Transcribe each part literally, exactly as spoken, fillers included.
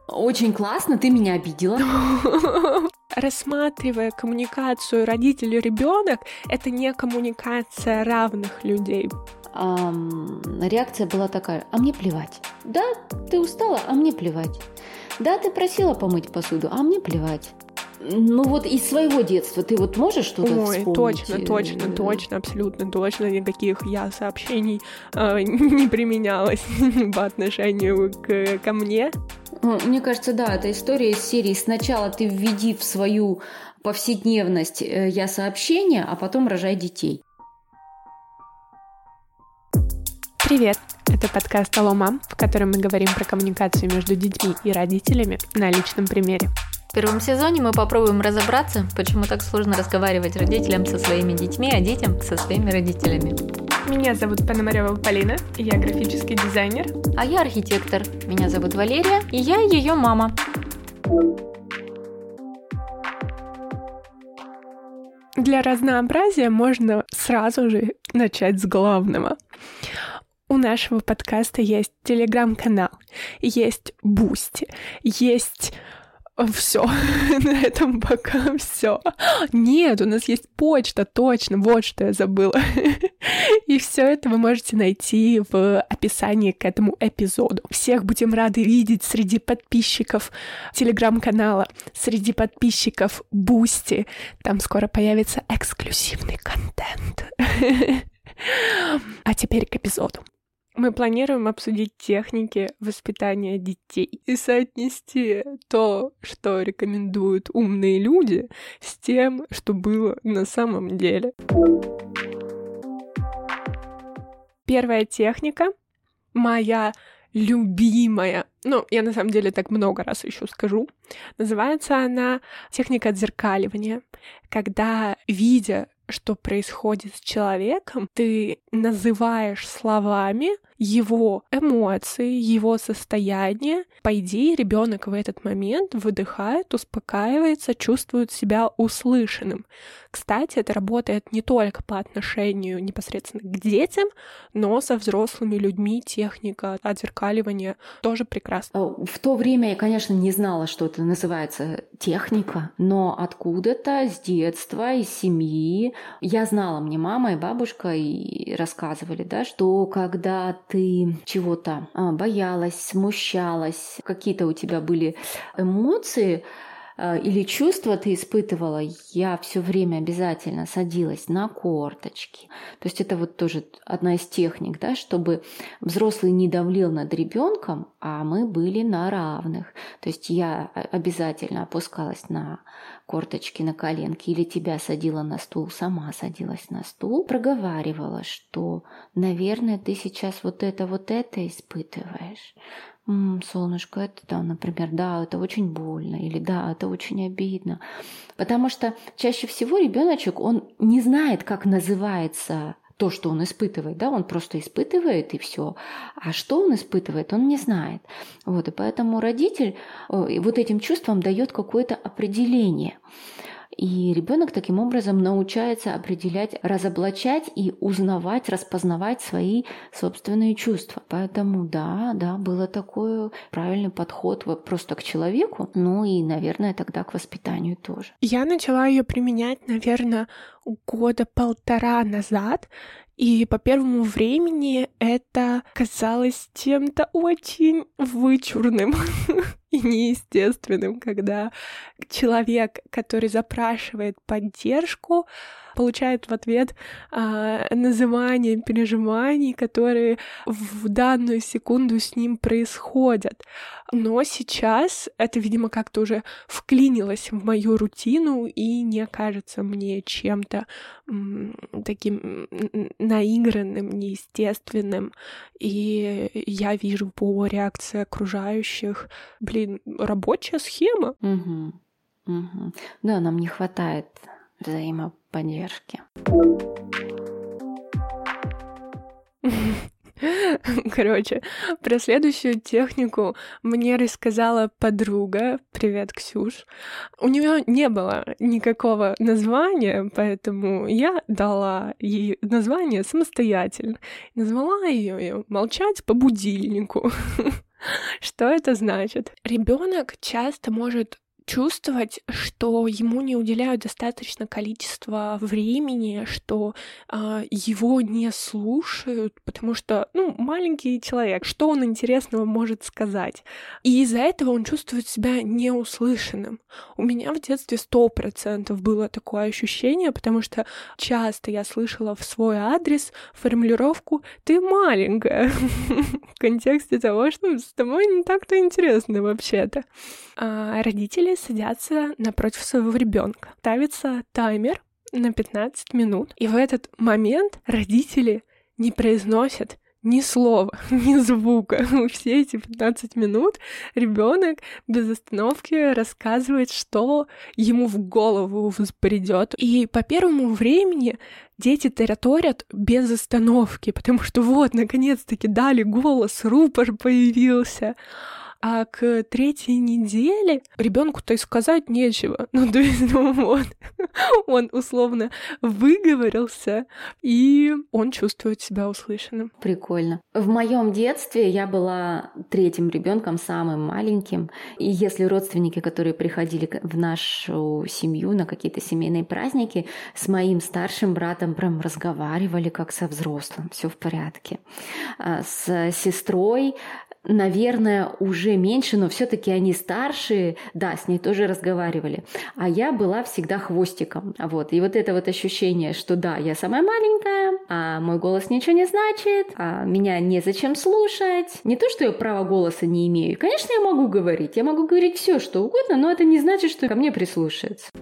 Очень классно, ты меня обидела. Рассматривая коммуникацию родитель-ребенок, это не коммуникация равных людей. А, реакция была такая: а мне плевать. Да, ты устала, а мне плевать. Да, ты просила помыть посуду, а мне плевать. Ну вот из своего детства ты вот можешь что-то Ой, вспомнить? точно, точно, точно, абсолютно точно. Никаких я сообщений э, не применялось по отношению к, ко мне. Мне кажется, да, это история из серии: сначала ты введи в свою повседневность я сообщения, а потом рожай детей. Привет! Это подкаст «Алло, мам», в котором мы говорим про коммуникацию между детьми и родителями на личном примере. В первом сезоне мы попробуем разобраться, почему так сложно разговаривать родителям со своими детьми, а детям со своими родителями. Меня зовут Пономарёва Полина, я графический дизайнер. А я архитектор. Меня зовут Валерия, и я ее мама. Для разнообразия можно сразу же начать с главного. У нашего подкаста есть телеграм-канал, есть Бусти, есть... Все, на этом пока все. Нет, у нас есть почта, точно, вот что я забыла. И все это вы можете найти в описании к этому эпизоду. Всех будем рады видеть среди подписчиков телеграм-канала, среди подписчиков Бусти. Там скоро появится эксклюзивный контент. А теперь к эпизоду. Мы планируем обсудить техники воспитания детей и соотнести то, что рекомендуют умные люди, с тем, что было на самом деле. Первая техника, моя любимая, ну, я на самом деле так много раз еще скажу, называется она техника отзеркаливания, когда, видя, что происходит с человеком, ты называешь словами его эмоции, его состояние. По идее, ребенок в этот момент выдыхает, успокаивается, чувствует себя услышанным. Кстати, это работает не только по отношению непосредственно к детям, но со взрослыми людьми техника отзеркаливания тоже прекрасна. В то время я, конечно, не знала, что это называется техника, но откуда-то с детства, из семьи я знала, мне мама и бабушка и рассказывали, да, что когда ты чего-то боялась, смущалась, какие-то у тебя были эмоции или чувства ты испытывала, я все время обязательно садилась на корточки. То есть это вот тоже одна из техник, да, чтобы взрослый не давлел над ребенком, а мы были на равных. То есть я обязательно опускалась на корточки, на коленки, или тебя садила на стул, сама садилась на стул, проговаривала, что, наверное, ты сейчас вот это, вот это испытываешь. М, солнышко, это там, например, да, это очень больно, или да, это очень обидно. Потому что чаще всего ребеночек, он не знает, как называется то, что он испытывает, да, он просто испытывает и все. А что он испытывает, он не знает. Вот, и поэтому родитель вот этим чувствам дает какое-то определение. И ребенок таким образом научается определять, разоблачать и узнавать, распознавать свои собственные чувства. Поэтому да, да, было такой правильный подход просто к человеку, ну и, наверное, тогда к воспитанию тоже. Я начала ее применять, наверное, года полтора назад, и по первому времени это казалось чем-то очень вычурным и неестественным, когда человек, который запрашивает поддержку, получает в ответ а, называние переживаний, которые в данную секунду с ним происходят. Но сейчас это, видимо, как-то уже вклинилось в мою рутину и не кажется мне чем-то м, таким наигранным, неестественным. И я вижу по реакции окружающих, блин, рабочая схема. Угу. Угу. Да, нам не хватает взаимоподдержки. Короче, про следующую технику мне рассказала подруга, привет, Ксюш. У нее не было никакого названия, поэтому я дала ей название самостоятельно. Назвала ее «Молчать по будильнику». Что это значит? Ребенок часто может чувствовать, что ему не уделяют достаточно количества времени, что э, его не слушают, потому что, ну, маленький человек, что он интересного может сказать? И из-за этого он чувствует себя неуслышанным. У меня в детстве сто процентов было такое ощущение, потому что часто я слышала в свой адрес формулировку «ты маленькая» в контексте того, что с тобой не так-то интересно вообще-то. А родители садятся напротив своего ребенка. Ставится таймер на пятнадцать минут. И в этот момент родители не произносят ни слова, ни звука. Все эти пятнадцать минут ребенок без остановки рассказывает, что ему в голову взбредет. И по первому времени дети тараторят без остановки, потому что вот, наконец-таки дали голос, рупор появился. А к третьей неделе ребенку-то и сказать нечего. Ну, то есть, ну, вот, он условно выговорился, и он чувствует себя услышанным. Прикольно. В моем детстве я была третьим ребенком, самым маленьким. И если родственники, которые приходили в нашу семью на какие-то семейные праздники, с моим старшим братом прям разговаривали как со взрослым, все в порядке. С сестрой, наверное, уже меньше, но все-таки они старшие, да, с ней тоже разговаривали. А я была всегда хвостиком. Вот. И вот это вот ощущение, что да, я самая маленькая, а мой голос ничего не значит, а меня незачем слушать. Не то, что я права голоса не имею. Конечно, я могу говорить. Я могу говорить все, что угодно, но это не значит, что ко мне прислушаются.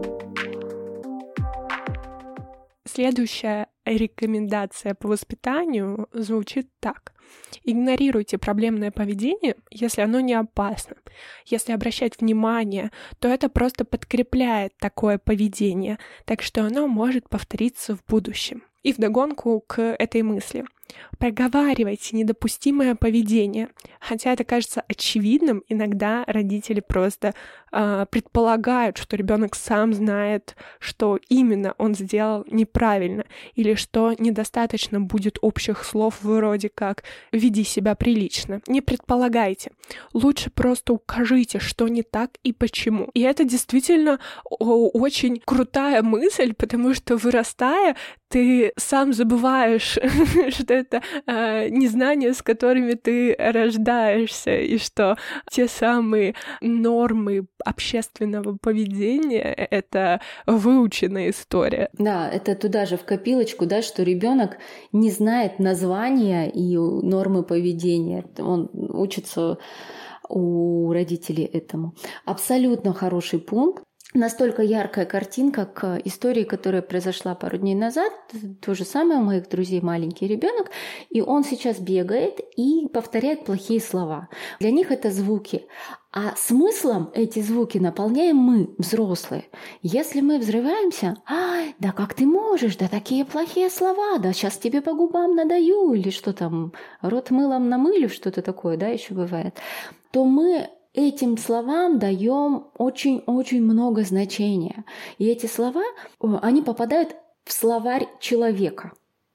Следующая рекомендация по воспитанию звучит так. Игнорируйте проблемное поведение, если оно не опасно. Если обращать внимание, то это просто подкрепляет такое поведение, так что оно может повториться в будущем. И вдогонку к этой мысли. Проговаривайте недопустимое поведение. Хотя это кажется очевидным, иногда родители просто э, предполагают, что ребенок сам знает, что именно он сделал неправильно, или что недостаточно будет общих слов вроде как «веди себя прилично». Не предполагайте. Лучше просто укажите, что не так и почему. И это действительно очень крутая мысль, потому что, вырастая, ты сам забываешь, что это э, незнания, с которыми ты рождаешься, и что те самые нормы общественного поведения — это выученная история. Да, это туда же в копилочку, да, что ребенок не знает названия и нормы поведения. Он учится у родителей этому. Абсолютно хороший пункт. Настолько яркая картинка к истории, которая произошла пару дней назад. То же самое у моих друзей маленький ребенок, и он сейчас бегает и повторяет плохие слова. Для них это звуки. А смыслом эти звуки наполняем мы, взрослые. Если мы взрываемся, ай, да как ты можешь, да такие плохие слова, да сейчас тебе по губам надаю, или что там, рот мылом намылю, что-то такое, да, еще бывает, то мы этим словам даем очень-очень много значения. И эти слова, они попадают в словарь человека.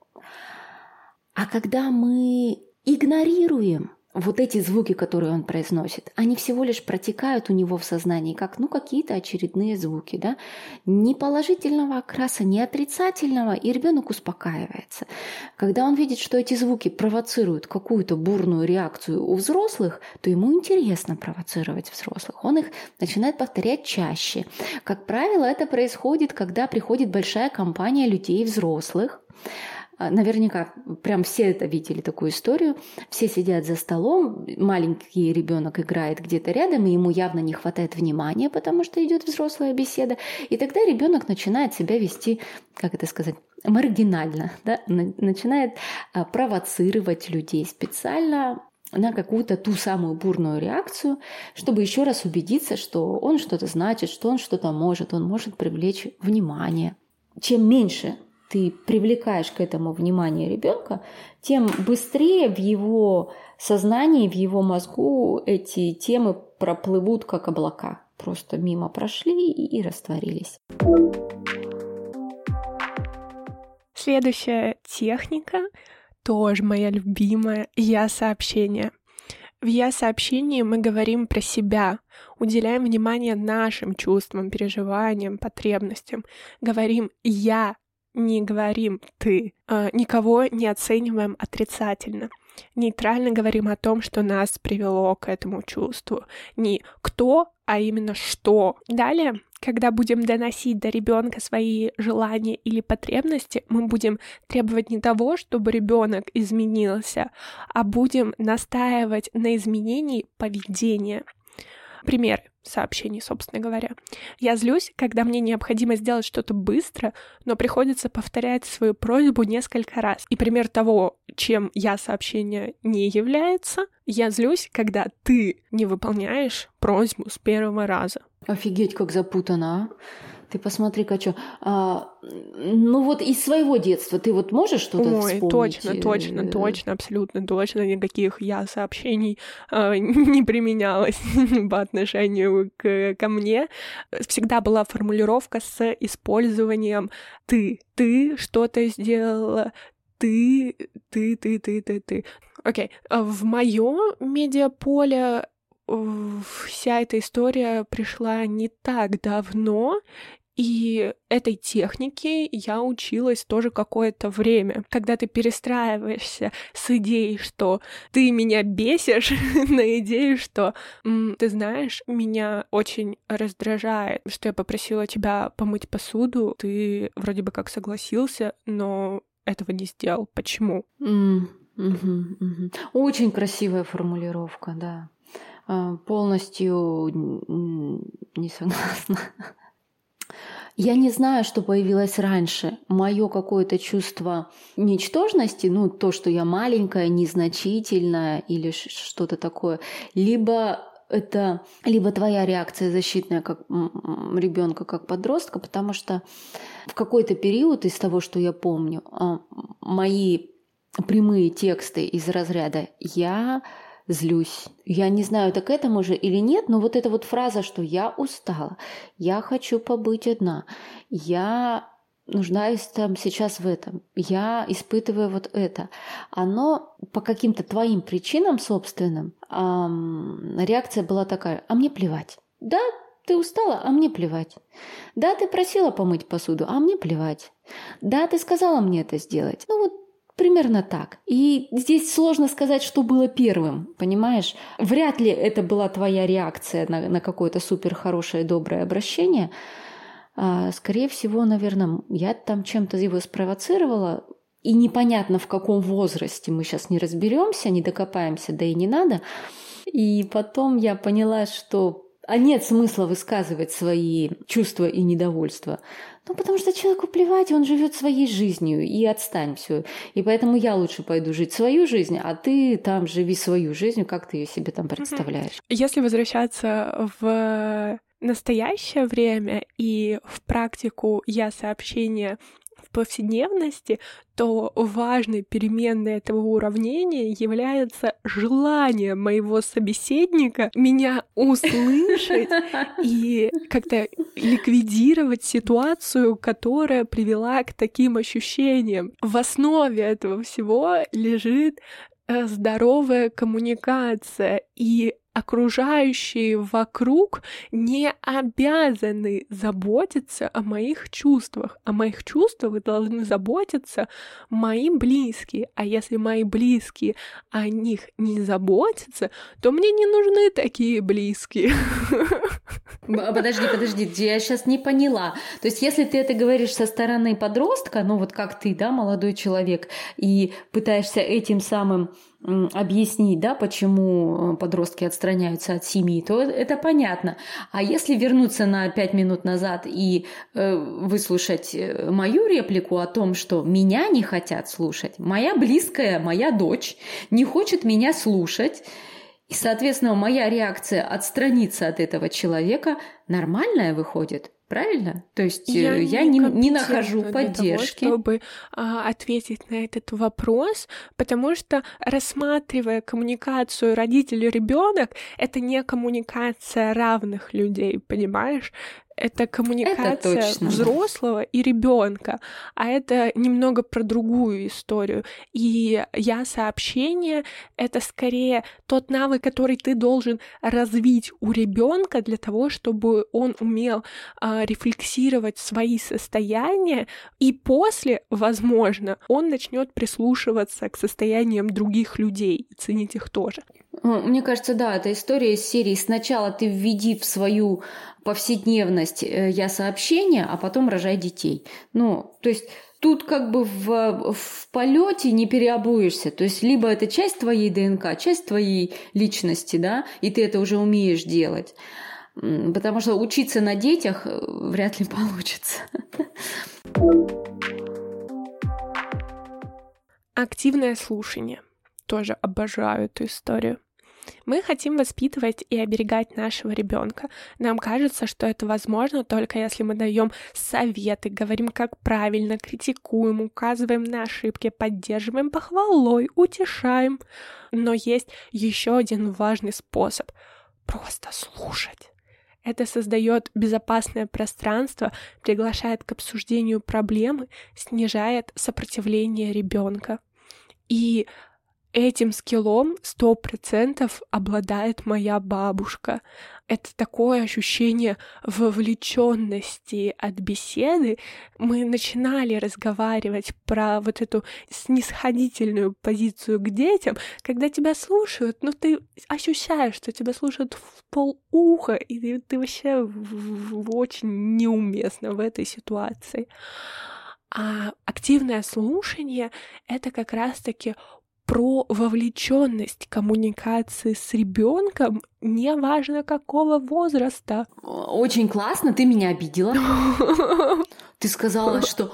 А когда мы игнорируем вот эти звуки, которые он произносит, они всего лишь протекают у него в сознании, как ну, какие-то очередные звуки, да? Ни положительного окраса, ни отрицательного, и ребенок успокаивается. Когда он видит, что эти звуки провоцируют какую-то бурную реакцию у взрослых, то ему интересно провоцировать взрослых. Он их начинает повторять чаще. Как правило, это происходит, когда приходит большая компания людей взрослых. Наверняка прям все это видели, такую историю. Все сидят за столом, маленький ребенок играет где-то рядом, и ему явно не хватает внимания, потому что идет взрослая беседа. И тогда ребенок начинает себя вести, как это сказать, маргинально, да? Начинает провоцировать людей специально на какую-то ту самую бурную реакцию, чтобы еще раз убедиться, что он что-то значит, что он что-то может, он может привлечь внимание. Чем меньше ты привлекаешь к этому внимание ребенка, тем быстрее в его сознании, в его мозгу эти темы проплывут как облака. Просто мимо прошли и растворились. Следующая техника, тоже моя любимая, я-сообщение. В я-сообщении мы говорим про себя, уделяем внимание нашим чувствам, переживаниям, потребностям. Говорим «я», не говорим «ты». Никого не оцениваем отрицательно. Нейтрально говорим о том, что нас привело к этому чувству. Не «кто», а именно «что». Далее, когда будем доносить до ребенка свои желания или потребности, мы будем требовать не того, чтобы ребенок изменился, а будем настаивать на изменении поведения. Пример сообщений, собственно говоря. Я злюсь, когда мне необходимо сделать что-то быстро, но приходится повторять свою просьбу несколько раз. И пример того, чем я сообщение не является, я злюсь, когда ты не выполняешь просьбу с первого раза. Офигеть, как запутано, а? Ты посмотри-ка, что... А, ну вот из своего детства ты вот можешь что-то Ой, вспомнить? точно, точно, точно, абсолютно точно. Никаких я сообщений э, не применялось по отношению к, ко мне. Всегда была формулировка с использованием «ты». Ты что-то сделала, ты, ты, ты, ты, ты, ты. Окей, в моё медиаполе вся эта история пришла не так давно, и этой технике я училась тоже какое-то время. Когда ты перестраиваешься с идеей, что ты меня бесишь, на идею, что м, ты знаешь, меня очень раздражает, что я попросила тебя помыть посуду, ты вроде бы как согласился, но этого не сделал. Почему? Mm, угу, угу. Очень красивая формулировка, да. Полностью не согласна. Я не знаю, что появилось раньше. Мое какое-то чувство ничтожности, ну, то, что я маленькая, незначительная или что-то такое, либо это, либо твоя реакция защитная как ребенка, как подростка, потому что в какой-то период из того, что я помню, мои прямые тексты из разряда «я злюсь». Я не знаю, так этому же или нет, но вот эта вот фраза, что я устала, я хочу побыть одна, я нуждаюсь там сейчас в этом, я испытываю вот это, оно по каким-то твоим причинам собственным, эм, реакция была такая: а мне плевать. Да, ты устала, а мне плевать. Да, ты просила помыть посуду, а мне плевать. Да, ты сказала мне это сделать. Ну вот примерно так. И здесь сложно сказать, что было первым, понимаешь? Вряд ли это была твоя реакция на, на какое-то супер хорошее, доброе обращение. А, скорее всего, наверное, я там чем-то его спровоцировала. И непонятно, в каком возрасте, мы сейчас не разберемся, не докопаемся, да и не надо. И потом я поняла, что а нет смысла высказывать свои чувства и недовольства. Ну, потому что человеку плевать, он живет своей жизнью, и отстань все. И поэтому я лучше пойду жить свою жизнь, а ты там живи свою жизнь, как ты ее себе там представляешь. Если возвращаться в настоящее время и в практику я-сообщения в повседневности, то важной переменной этого уравнения является желание моего собеседника меня услышать и как-то ликвидировать ситуацию, которая привела к таким ощущениям. В основе этого всего лежит здоровая коммуникация, и окружающие вокруг не обязаны заботиться о моих чувствах. О моих чувствах должны заботиться мои близкие. А если мои близкие о них не заботятся, то мне не нужны такие близкие. Подожди, подожди, я сейчас не поняла. То есть если ты это говоришь со стороны подростка, ну вот как ты, да, молодой человек, и пытаешься этим самым объяснить, да, почему подростки отстраняются от семьи, то это понятно. А если вернуться на пять минут назад и э, выслушать мою реплику о том, что меня не хотят слушать, моя близкая, моя дочь не хочет меня слушать, и, соответственно, моя реакция отстраниться от этого человека нормальная выходит. Правильно? То есть я, я не, не нахожу поддержки. Для того, чтобы а, ответить на этот вопрос, потому что, рассматривая коммуникацию родитель-ребенок, это не коммуникация равных людей, понимаешь? это коммуникация это взрослого и ребенка, а это немного про другую историю. И я-сообщение — это скорее тот навык, который ты должен развить у ребенка для того, чтобы он умел а, рефлексировать свои состояния, и после, возможно, он начнет прислушиваться к состояниям других людей и ценить их тоже. Мне кажется, да, это история из серии «Сначала ты введи в свою повседневность я-сообщение, а потом рожай детей». Ну, то есть тут как бы в, в полете не переобуешься. То есть либо это часть твоей ДНК, часть твоей личности, да, и ты это уже умеешь делать. Потому что учиться на детях вряд ли получится. Активное слушание. Тоже обожаю эту историю. Мы хотим воспитывать и оберегать нашего ребенка. Нам кажется, что это возможно только если мы даем советы, говорим, как правильно, критикуем, указываем на ошибки, поддерживаем похвалой, утешаем. Но есть еще один важный способ — просто слушать. Это создает безопасное пространство, приглашает к обсуждению проблемы, снижает сопротивление ребенка. И этим скиллом сто процентов обладает моя бабушка. Это такое ощущение вовлеченности от беседы. Мы начинали разговаривать про вот эту снисходительную позицию к детям, когда тебя слушают, но ты ощущаешь, что тебя слушают в полуха, и ты, ты вообще в, в очень неуместно в этой ситуации. А активное слушание — это как раз-таки про вовлеченность коммуникации с ребенком, неважно какого возраста. Очень классно, ты меня обидела. Ты сказала, что...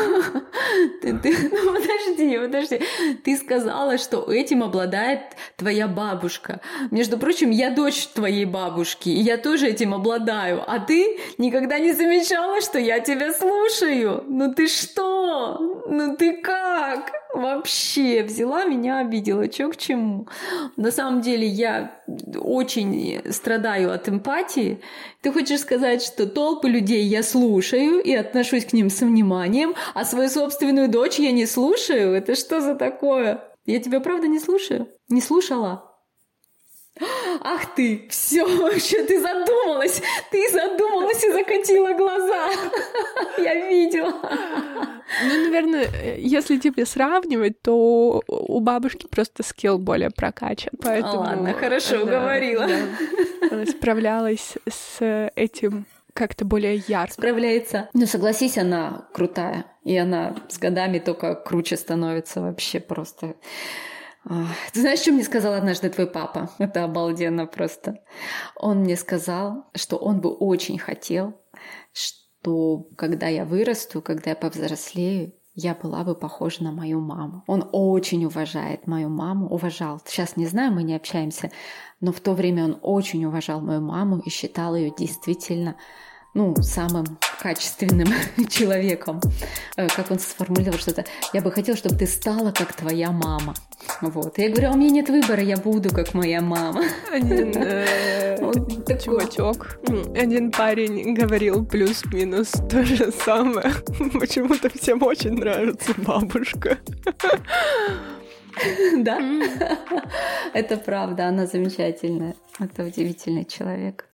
ты, ты... Ну, подожди, подожди. Ты сказала, что этим обладает твоя бабушка. Между прочим, я дочь твоей бабушки, и я тоже этим обладаю. А ты никогда не замечала, что я тебя слушаю. Ну ты что? Ну ты как? Вообще взяла меня, обидела. Чё к чему? На самом деле я очень страдаю от эмпатии. Ты хочешь сказать, что толпы людей я слушаю и отношусь к ним с вниманием, а свою собственную дочь я не слушаю? Это что за такое? Я тебя правда не слушаю? Не слушала? Ах ты, все, что ты задумалась, ты задумалась и закатила глаза. Я видела. Ну, наверное, если тебе сравнивать, то у бабушки просто скилл более прокачан. Поэтому ладно, хорошо, она, уговорила. Да, она справлялась с этим как-то более ярко. Справляется. Ну, согласись, она крутая. И она с годами только круче становится вообще просто... Ты знаешь, что мне сказал однажды твой папа? Это обалденно просто. Он мне сказал, что он бы очень хотел, что когда я вырасту, когда я повзрослею, я была бы похожа на мою маму. Он очень уважает мою маму, уважал. Сейчас не знаю, мы не общаемся, но в то время он очень уважал мою маму и считал ее действительно, ну, самым качественным человеком. Как он сформулировал что-то. Я бы хотела, чтобы ты стала как твоя мама. Вот. Я говорю, а у меня нет выбора, я буду как моя мама. Один чувачок, один парень говорил плюс-минус то же самое. Почему-то всем очень нравится бабушка. Да? Это правда, она замечательная. Это удивительный человек.